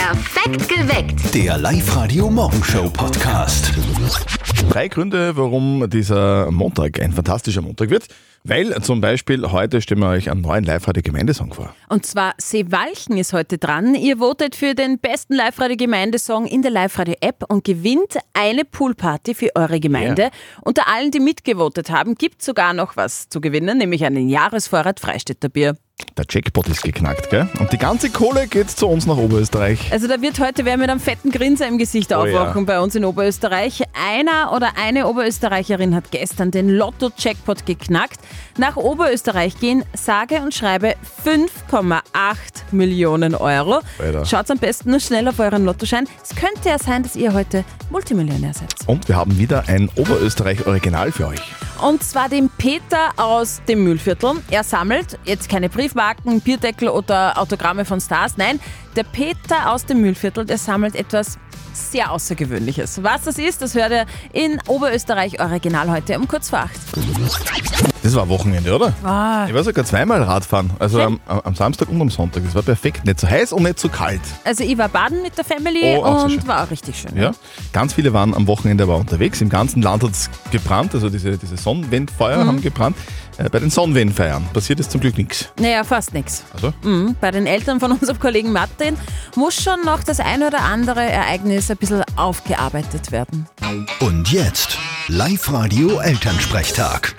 Perfekt geweckt. Der Live-Radio-Morgenshow-Podcast. 3 Gründe, warum dieser Montag ein fantastischer Montag wird. Weil zum Beispiel heute stellen wir euch einen neuen Live-Radio-Gemeindesong vor. Und zwar Seewalchen ist heute dran. Ihr votet für den besten Live-Radio-Gemeindesong in der Live-Radio-App und gewinnt eine Poolparty für eure Gemeinde. Yeah. Unter allen, die mitgevotet haben, gibt es sogar noch was zu gewinnen, nämlich einen Jahresvorrat Freistädter Bier. Der Jackpot ist geknackt, gell? Und die ganze Kohle geht zu uns nach Oberösterreich. Also da wird heute wer mit einem fetten Grinser im Gesicht aufwachen bei uns in Oberösterreich. Einer oder eine Oberösterreicherin hat gestern den Lotto-Jackpot geknackt. Nach Oberösterreich gehen sage und schreibe 5,8 Millionen Euro. Alter. Schaut am besten nur schnell auf euren Lottoschein. Es könnte ja sein, dass ihr heute Multimillionär seid. Und wir haben wieder ein Oberösterreich-Original für euch. Und zwar den Peter aus dem Mühlviertel. Er sammelt jetzt keine Briefmarken, Bierdeckel oder Autogramme von Stars. Nein, der Peter aus dem Mühlviertel, der sammelt etwas sehr Außergewöhnliches. Was das ist, das hört ihr in Oberösterreich Original heute um kurz vor 8. Das war Wochenende, oder? Ah. Ich war sogar zweimal Radfahren. Also am Samstag und am Sonntag. Das war perfekt. Nicht so heiß und nicht so kalt. Also ich war baden mit der Family auch so und schön. war auch richtig schön. Ja. Ganz viele waren am Wochenende aber unterwegs. Im ganzen Land hat es gebrannt. Also diese Sonnenwindfeuer haben gebrannt. Bei den Sonnenwindfeiern passiert jetzt zum Glück nichts. Naja, fast nichts. Also? Bei den Eltern von unserem Kollegen Martin muss schon noch das ein oder andere Ereignis ein bisschen aufgearbeitet werden. Und jetzt Live-Radio-Elternsprechtag.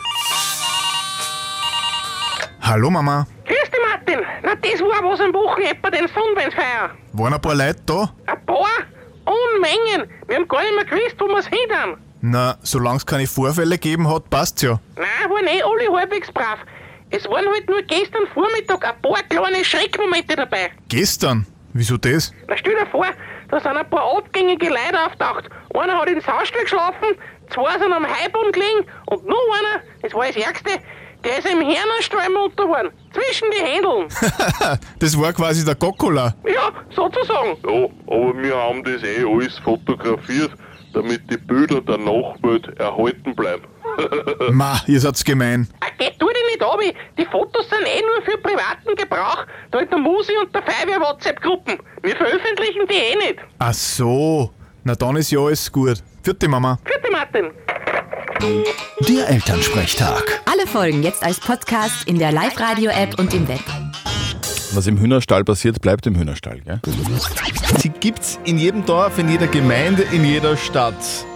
Hallo Mama, Grüß dich, Martin. Na, das war was am Wochenende bei den Sonnenwindfeiern. waren ein paar Leute da? Ein paar? Unmengen. Wir haben gar nicht mehr gewusst, wo wir es hin haben. Na, solange es keine Vorfälle gegeben hat, passt's ja. Nein, waren alle halbwegs brav. Es waren halt nur gestern Vormittag ein paar kleine Schreckmomente dabei. Gestern? Wieso das? Na, stell dir vor, da sind ein paar abgängige Leute auftaucht. Einer hat ins Hausstall geschlafen, 2 sind am Heuboden gelegen und noch einer, das war das Ärgste, der ist im Hörnerstall munter geworden. Zwischen die Händeln. Das war quasi der Gockola. Ja, sozusagen. Ja, aber wir haben das alles fotografiert, damit die Bilder der Nachwelt erhalten bleiben. Ma, ihr seid's gemein. Geh, tu dich nicht ab. Die Fotos sind nur für privaten Gebrauch. Da in der Musi und der Feuerwehr-WhatsApp-Gruppen. Wir veröffentlichen die nicht. Ach so, na dann ist ja alles gut. Vierte Mama. Vierte Martin. Der Elternsprechtag. Alle Folgen jetzt als Podcast in der Live-Radio-App und im Web. Was im Hühnerstall passiert, bleibt im Hühnerstall. Gell? Sie gibt's in jedem Dorf, in jeder Gemeinde, in jeder Stadt.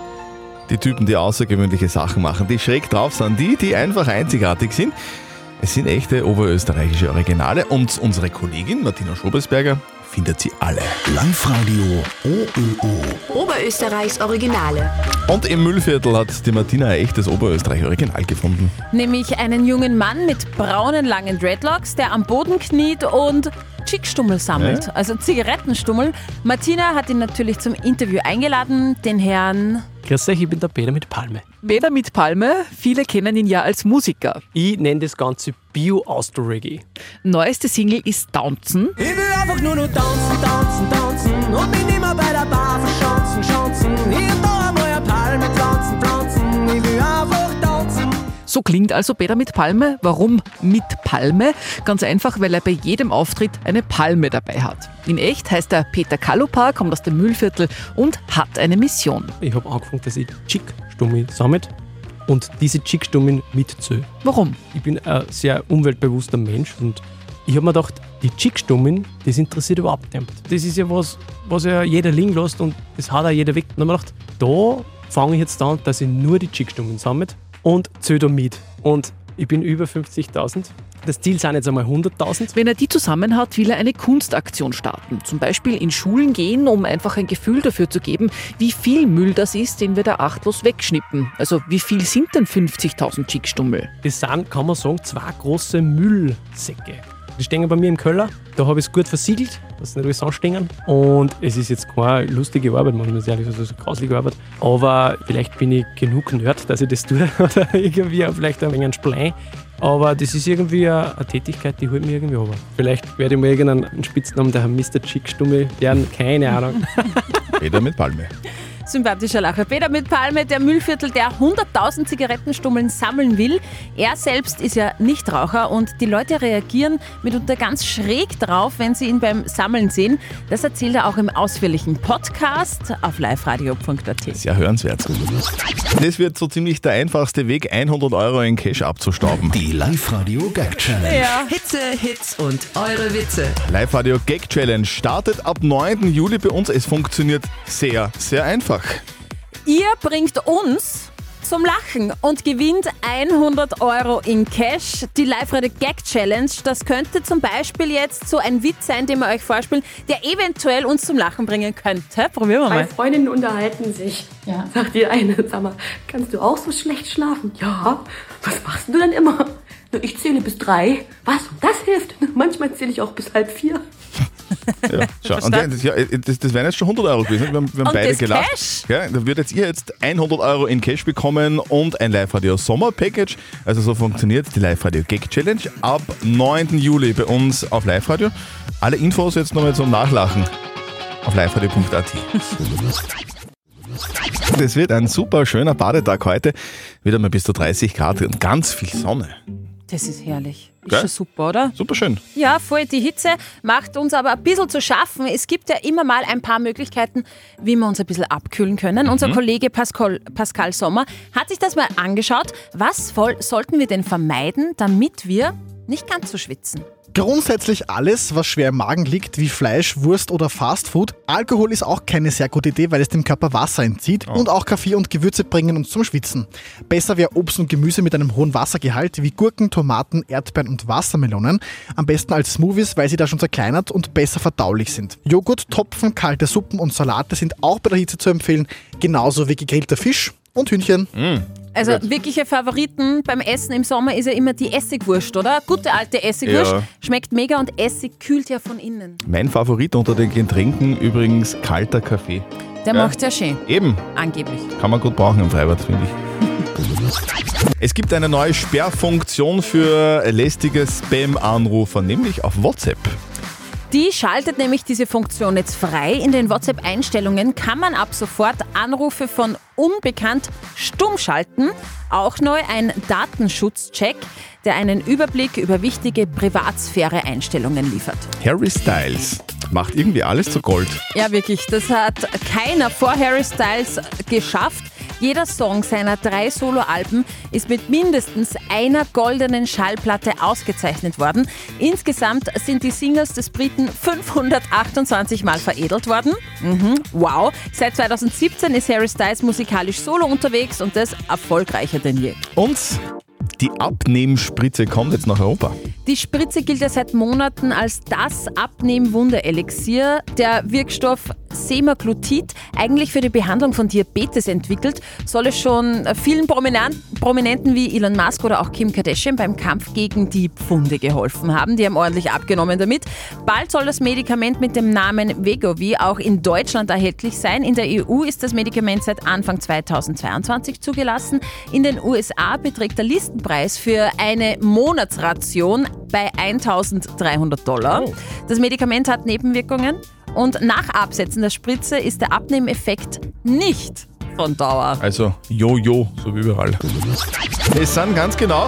Die Typen, die außergewöhnliche Sachen machen, die schräg drauf sind, die einfach einzigartig sind. Es sind echte oberösterreichische Originale und unsere Kollegin Martina Schobelsberger findet sie alle. Live-Radio OÖO. Oberösterreichs Originale. Und im Müllviertel hat die Martina ein echtes Oberösterreich-Original gefunden. Nämlich einen jungen Mann mit braunen langen Dreadlocks, der am Boden kniet und Chickstummel sammelt, also Zigarettenstummel. Martina hat ihn natürlich zum Interview eingeladen, den Herrn... Grüß euch, ich bin der Peter mit Palme. Peter mit Palme, viele kennen ihn ja als Musiker. Ich nenne das Ganze Bio-Austro-Reggae. Neueste Single ist Tanzen. Ich will einfach nur noch tanzen, tanzen, tanzen und mich immer bei der Bar verschanzen, schanzen. Hier und da einmal eine Palme pflanzen, pflanzen. Ich will einfach tanzen. So klingt also Peter mit Palme. Warum mit Palme? Ganz einfach, weil er bei jedem Auftritt eine Palme dabei hat. In echt heißt er Peter Kalupa, kommt aus dem Mühlviertel und hat eine Mission. Ich habe angefangen, dass ich Chick-Stummi sammle und diese Chick-Stummen mitzähle. Warum? Ich bin ein sehr umweltbewusster Mensch und ich habe mir gedacht, die Chick-Stummen, das interessiert überhaupt niemand. Das ist ja was ja jeder liegen lässt und das hat auch jeder weg. Und dann habe ich gedacht, da fange ich jetzt an, dass ich nur die Chick-Stummen sammle und zähle da mit. Und ich bin über 50.000. Das Ziel sind jetzt einmal 100.000. Wenn er die zusammen hat, will er eine Kunstaktion starten. Zum Beispiel in Schulen gehen, um einfach ein Gefühl dafür zu geben, wie viel Müll das ist, den wir da achtlos wegschnippen. Also wie viel sind denn 50.000 Chickstummel? Das sind, kann man sagen, 2 große Müllsäcke. Die stehen bei mir im Keller. Da habe ich es gut versiegelt, dass sie nicht alles anstehen. Und es ist jetzt keine lustige Arbeit, manchmal ist ehrlich, also so grausige Arbeit. Aber vielleicht bin ich genug Nerd, dass ich das tue. Oder irgendwie vielleicht ein wenig ein Splein. Aber das ist irgendwie eine Tätigkeit, die holt mich irgendwie runter. Vielleicht werde ich mal irgendeinen Spitznamen, der Mr. Chick-Stummel werden, keine Ahnung. Peter mit Palme. Sympathischer Lacher. Peter mit Palme, der Müllviertel, der 100.000 Zigarettenstummeln sammeln will. Er selbst ist ja Nichtraucher und die Leute reagieren mitunter ganz schräg drauf, wenn sie ihn beim Sammeln sehen. Das erzählt er auch im ausführlichen Podcast auf liveradio.at. Sehr hörenswert. Das wird so ziemlich der einfachste Weg, 100 Euro in Cash abzustauben. Die Live-Radio Gag Challenge. Ja. Hitze, Hits und eure Witze. Live-Radio Gag Challenge startet ab 9. Juli bei uns. Es funktioniert sehr, sehr einfach. Ihr bringt uns zum Lachen und gewinnt 100 Euro in Cash. Die Live-Radio Gag Challenge, das könnte zum Beispiel jetzt so ein Witz sein, den wir euch vorspielen, der eventuell uns zum Lachen bringen könnte. Probieren wir mal. Zwei Freundinnen unterhalten sich. Ja. Sagt die eine, sag mal, kannst du auch so schlecht schlafen? Ja. Was machst du denn immer? Ich zähle bis 3. Was? Das hilft. Manchmal zähle ich auch bis 3:30. Ja, schau. Und das wären jetzt schon 100 Euro gewesen. Wir haben beide gelacht. Cash? Ja, da würdet ihr jetzt 100 Euro in Cash bekommen und ein Live-Radio Sommer-Package. Also so funktioniert die Live-Radio Gag Challenge ab 9. Juli bei uns auf Live-Radio. Alle Infos jetzt nochmal zum Nachlachen auf liveradio.at. Das wird ein super schöner Badetag heute. Wieder mal bis zu 30 Grad und ganz viel Sonne. Das ist herrlich. Ist Gell? schon super, oder? Super schön. Ja, voll. Die Hitze macht uns aber ein bisschen zu schaffen. Es gibt ja immer mal ein paar Möglichkeiten, wie wir uns ein bisschen abkühlen können. Unser Kollege Pascal Sommer hat sich das mal angeschaut. Was sollten wir denn vermeiden, damit wir nicht ganz so schwitzen? Grundsätzlich alles, was schwer im Magen liegt, wie Fleisch, Wurst oder Fastfood. Alkohol ist auch keine sehr gute Idee, weil es dem Körper Wasser entzieht. Und auch Kaffee und Gewürze bringen uns zum Schwitzen. Besser wäre Obst und Gemüse mit einem hohen Wassergehalt, wie Gurken, Tomaten, Erdbeeren und Wassermelonen. Am besten als Smoothies, weil sie da schon zerkleinert und besser verdaulich sind. Joghurt, Topfen, kalte Suppen und Salate sind auch bei der Hitze zu empfehlen. Genauso wie gegrillter Fisch und Hühnchen. Also wirkliche Favoriten beim Essen im Sommer ist ja immer die Essigwurst, oder? Gute alte Essigwurst. Ja. Schmeckt mega und Essig kühlt ja von innen. Mein Favorit unter den Getränken übrigens kalter Kaffee. Der macht ja schön. Eben. Angeblich. Kann man gut brauchen im Freibad, finde ich. Es gibt eine neue Sperrfunktion für lästige Spam-Anrufer, nämlich auf WhatsApp. Die schaltet nämlich diese Funktion jetzt frei. In den WhatsApp-Einstellungen kann man ab sofort Anrufe von unbekannt stumm schalten. Auch neu ein Datenschutzcheck, der einen Überblick über wichtige Privatsphäre-Einstellungen liefert. Harry Styles macht irgendwie alles zu Gold. Ja, wirklich. Das hat keiner vor Harry Styles geschafft. Jeder Song seiner 3 Soloalben ist mit mindestens einer goldenen Schallplatte ausgezeichnet worden. Insgesamt sind die Singles des Briten 528 Mal veredelt worden. Wow. Seit 2017 ist Harry Styles musikalisch solo unterwegs und das erfolgreicher denn je. Und die Abnehmspritze kommt jetzt nach Europa. Die Spritze gilt ja seit Monaten als das Abnehm-Wunder-Elixier. Der Wirkstoff Semaglutid, eigentlich für die Behandlung von Diabetes entwickelt, soll es schon vielen Prominenten wie Elon Musk oder auch Kim Kardashian beim Kampf gegen die Pfunde geholfen haben. Die haben ordentlich abgenommen damit. Bald soll das Medikament mit dem Namen Wegovy auch in Deutschland erhältlich sein. In der EU ist das Medikament seit Anfang 2022 zugelassen. In den USA beträgt der Listenpreis für eine Monatsration bei $1.300. Oh. Das Medikament hat Nebenwirkungen. Und nach Absetzen der Spritze ist der Abnehmeffekt nicht von Dauer. Also Jojo, so wie überall. Es sind ganz genau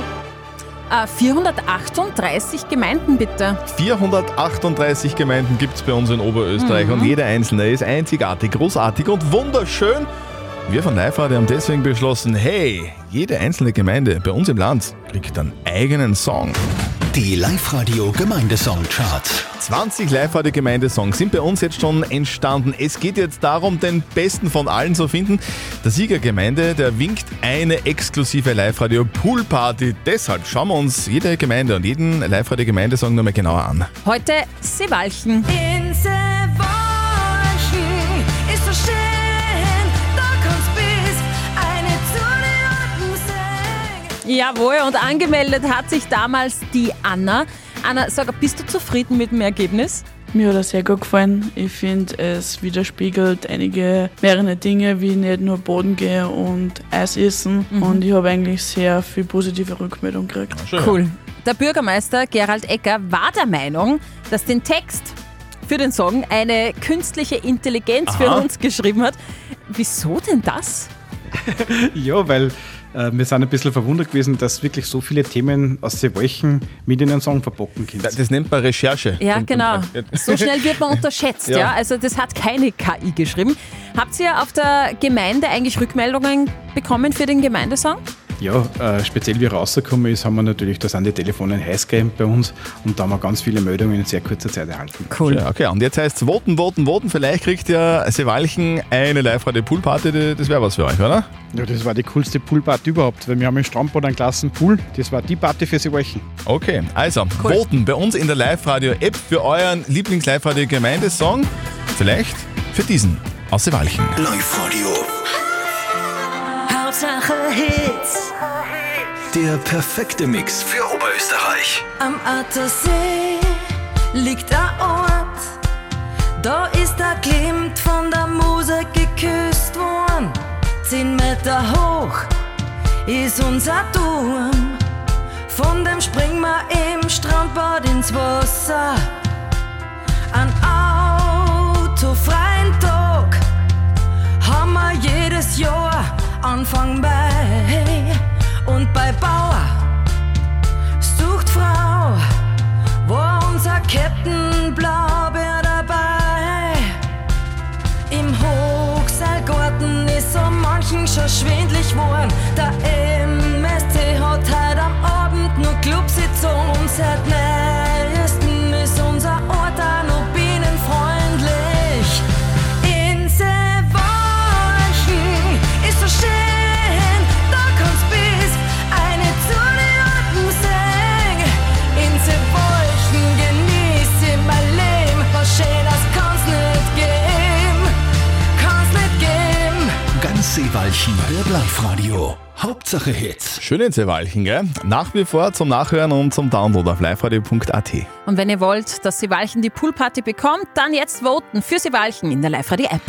438 Gemeinden, bitte. 438 Gemeinden gibt es bei uns in Oberösterreich und jede einzelne ist einzigartig, großartig und wunderschön. Wir von Live-Radio haben deswegen beschlossen, hey, jede einzelne Gemeinde bei uns im Land kriegt einen eigenen Song. Die Live-Radio Gemeindesong-Charts. 20 Live-Radio-Gemeindesongs sind bei uns jetzt schon entstanden. Es geht jetzt darum, den besten von allen zu finden. Der Siegergemeinde, der winkt eine exklusive Live-Radio-Pool-Party. Deshalb schauen wir uns jede Gemeinde und jeden Live-Radio-Gemeindesong nochmal genauer an. Heute Seewalchen. In Seewalchen ist so schön, da kommt's bis eine zu den Alpen. Jawohl, und angemeldet hat sich damals die Anna. Anna, sag, bist du zufrieden mit dem Ergebnis? Mir hat das sehr gut gefallen. Ich finde, es widerspiegelt mehrere Dinge, wie nicht nur Boden gehen und Eis essen. Und ich habe eigentlich sehr viel positive Rückmeldung gekriegt. Cool. Der Bürgermeister Gerald Ecker war der Meinung, dass den Text für den Song eine künstliche Intelligenz für uns geschrieben hat. Wieso denn das? Ja, weil wir sind ein bisschen verwundert gewesen, dass wirklich so viele Themen aus Seewalchen mit in einen Song verpacken können. Das nennt man Recherche. Ja, genau. So schnell wird man unterschätzt. Ja. Also das hat keine KI geschrieben. Habt ihr auf der Gemeinde eigentlich Rückmeldungen bekommen für den Gemeindesong? Ja, speziell wie er rausgekommen ist, haben wir natürlich, da sind die Telefone heiß gegangen bei uns und da haben wir ganz viele Meldungen in sehr kurzer Zeit erhalten. Cool. Ja, okay, und jetzt heißt es voten. Vielleicht kriegt ja Seewalchen eine Live-Radio-Poolparty, das wäre was für euch, oder? Ja, das war die coolste Poolparty überhaupt, weil wir haben im Strandbad einen klassen Pool. Das war die Party für Seewalchen. Okay, also voten bei uns in der Live-Radio-App für euren Lieblings-Live-Radio-Gemeindesong. Vielleicht für diesen aus Seewalchen. Live-Radio. Hauptsache Hits. Der perfekte Mix für Oberösterreich. Am Attersee liegt ein Ort. Da ist der Klimt von der Muse geküsst worden. 10 Meter hoch ist unser Turm. Von dem springen wir im Strandbad ins Wasser. An autofreien Tag haben wir jedes Jahr Anfang Mai. Und bei Bauer sucht Frau, war unser Captain Blaubeer dabei. Im Hochseilgarten ist so manchen schon schwindlig worden. Der MSC hat heute am Abend nur Clubsitzung. Und seit neuestem ist unser Ort auch noch bienenfreundlich. In Seewalchen ist so schön. Ganz Seewalchen hört Live-Radio. Hauptsache Hits. Schön in Seewalchen, gell? Nach wie vor zum Nachhören und zum Download auf liveradio.at. Und wenn ihr wollt, dass Seewalchen die Poolparty bekommt, dann jetzt voten für Seewalchen in der Live-Radio-App.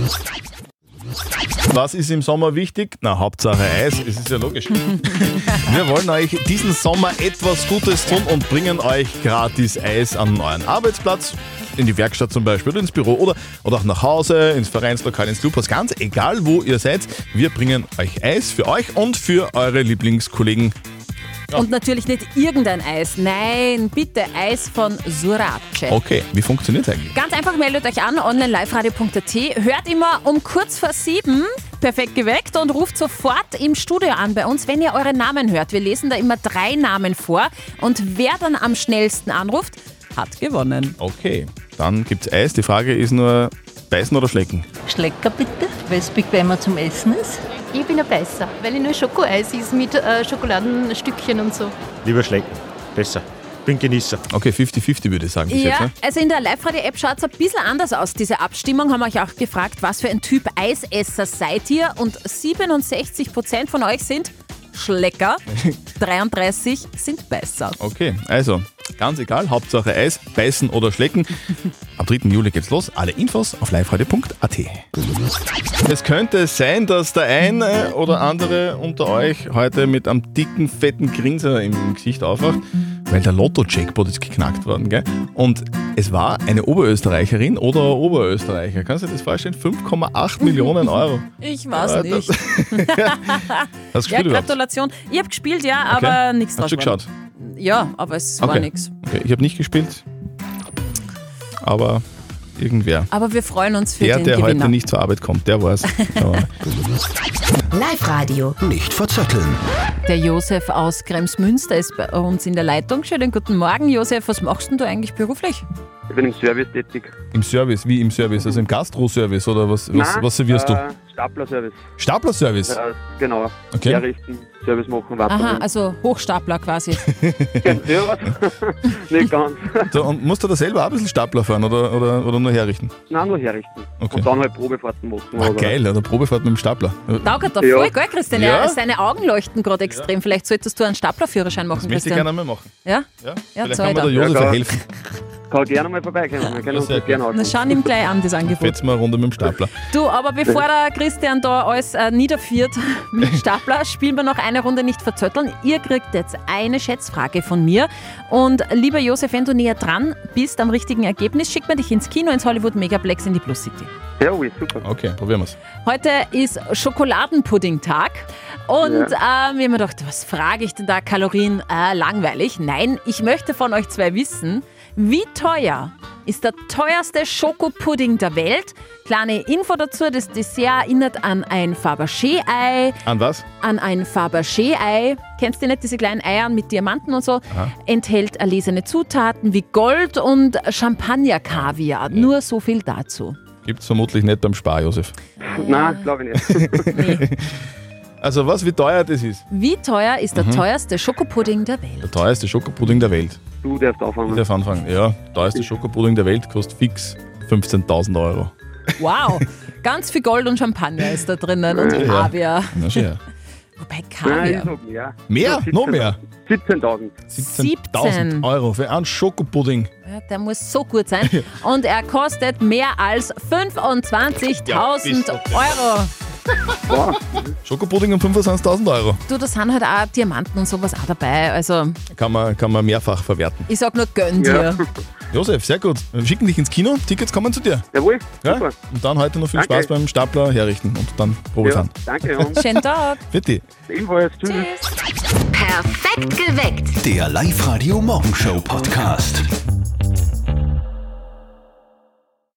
Was ist im Sommer wichtig? Na, Hauptsache Eis, es ist ja logisch. Wir wollen euch diesen Sommer etwas Gutes tun und bringen euch gratis Eis an euren Arbeitsplatz, in die Werkstatt zum Beispiel oder ins Büro oder auch nach Hause, ins Vereinslokal, ins Clubhaus, ganz egal wo ihr seid. Wir bringen euch Eis für euch und für eure Lieblingskollegen. Ja. Und natürlich nicht irgendein Eis, nein, bitte Eis von Surace. Okay, wie funktioniert das eigentlich? Ganz einfach, meldet euch an, online-liveradio.at, hört immer um kurz vor 7, perfekt geweckt und ruft sofort im Studio an bei uns, wenn ihr eure Namen hört. Wir lesen da immer 3 Namen vor und wer dann am schnellsten anruft, hat gewonnen. Okay, dann gibt's Eis. Die Frage ist nur, beißen oder schlecken? Schlecker bitte, weil es bequemer zum Essen ist. Ich bin ein Beißer, weil ich nur Schokoeis ist mit Schokoladenstückchen und so. Lieber schlecken, besser. Bin Genießer. Okay, 50-50 würde ich sagen. Ja, jetzt, ne? Also in der Live-Radio-App schaut es ein bisschen anders aus, diese Abstimmung. Haben wir euch auch gefragt, was für ein Typ Eisesser seid ihr? Und 67% von euch sind Schlecker, 33 sind Beißer. Okay, also ganz egal, Hauptsache Eis, beißen oder schlecken. Am 3. Juli geht's los. Alle Infos auf liveradio.at. Es könnte sein, dass der eine oder andere unter euch heute mit einem dicken, fetten Grinser im Gesicht aufwacht, weil der Lotto-Jackpot ist geknackt worden, gell? Und es war eine Oberösterreicherin oder ein Oberösterreicher. Kannst du dir das vorstellen? 5,8 Millionen Euro. Ich weiß nicht. Hast du gespielt überhaupt? Gratulation. Ich habe gespielt, ja, aber nichts draus. Hast du geschaut? Ja, aber es war nichts. Okay, ich habe nicht gespielt, aber irgendwer. Aber wir freuen uns für den der Gewinner. heute nicht zur Arbeit kommt, der war's. Live-Radio. Nicht verzetteln. Der Josef aus Kremsmünster ist bei uns in der Leitung. Schönen guten Morgen, Josef. Was machst denn du eigentlich beruflich? Ich bin im Service tätig. Im Service? Wie im Service? Also im Gastro-Service oder was servierst du? Stapler-Service. Stapler-Service? Ja, genau. Okay. Herrichten, Service machen, warten. Aha, also Hochstapler quasi. Ja, nicht ganz. So, und musst du da selber auch ein bisschen Stapler fahren oder nur herrichten? Nein, nur herrichten. Okay. Und dann halt Probefahrten machen. Ah, geil, eine Probefahrt mit dem Stapler. Taugert da Ja. voll, gell, Christian? Ja. Seine Augen leuchten gerade extrem. Vielleicht solltest du einen Staplerführerschein machen, Das möchte ich Christian. gerne mal machen. Ja? Ja? Ja, Vielleicht zahl kann mir da. der Josef Ja, helfen. Kann gerne mal vorbeikommen. Wir können uns das gerne Na, anschauen. schauen ihm gleich an, das Angebot. Fährt's mal eine Runde mit dem Stapler. Du, aber bevor der Christian da alles niederführt mit dem Stapler, spielen wir noch eine Runde nicht verzötteln. Ihr kriegt jetzt eine Schätzfrage von mir. Und lieber Josef, wenn du näher dran bist am richtigen Ergebnis, schickt man dich ins Kino, ins Hollywood Megaplex in die Plus City. Ja, super. Okay, probieren wir's. Heute ist Schokoladenpudding-Tag und wir haben mir gedacht, was frage ich denn da? Kalorien, langweilig. Nein, ich möchte von euch zwei wissen, wie teuer ist der teuerste Schokopudding der Welt? Kleine Info dazu, das Dessert erinnert an ein Fabergé-Ei. An was? An ein Fabergé-Ei. Kennst du nicht, diese kleinen Eier mit Diamanten und so? Aha. Enthält erlesene Zutaten wie Gold und Champagner-Kaviar. Nur so viel dazu. Gibt's vermutlich nicht beim Spar, Josef. Nein, glaube ich nicht. Also was, wie teuer das ist? Wie teuer ist der teuerste Schokopudding der Welt? Der teuerste Schokopudding der Welt. Du darfst anfangen. Ich darf anfangen. Ja, der teuerste Schokopudding der Welt kostet fix 15.000 Euro. Wow, ganz viel Gold und Champagner ist da drinnen und Kaviar. Na schon, ja. Wobei Nein, Kaviar. ich sag mehr. Mehr? So, Noch mehr? 17.000. 17.000 Euro für einen Schokopudding. Ja, der muss so gut sein. Und er kostet mehr als 25.000 Euro. Schokopudding um 25.000 Euro. Du, da sind halt auch Diamanten und sowas auch dabei. Also, Kann man mehrfach verwerten. ich sag nur gönn dir. Josef, sehr gut. Wir schicken dich ins Kino, Tickets kommen zu dir. Jawohl, Ja? super. Und dann heute noch viel Danke. Spaß beim Stapler herrichten und dann Probefahren. Danke. Und Schönen Tag. Bitte. ebenfalls. Tschüss. Perfekt geweckt. Der Live-Radio Morgenshow Podcast.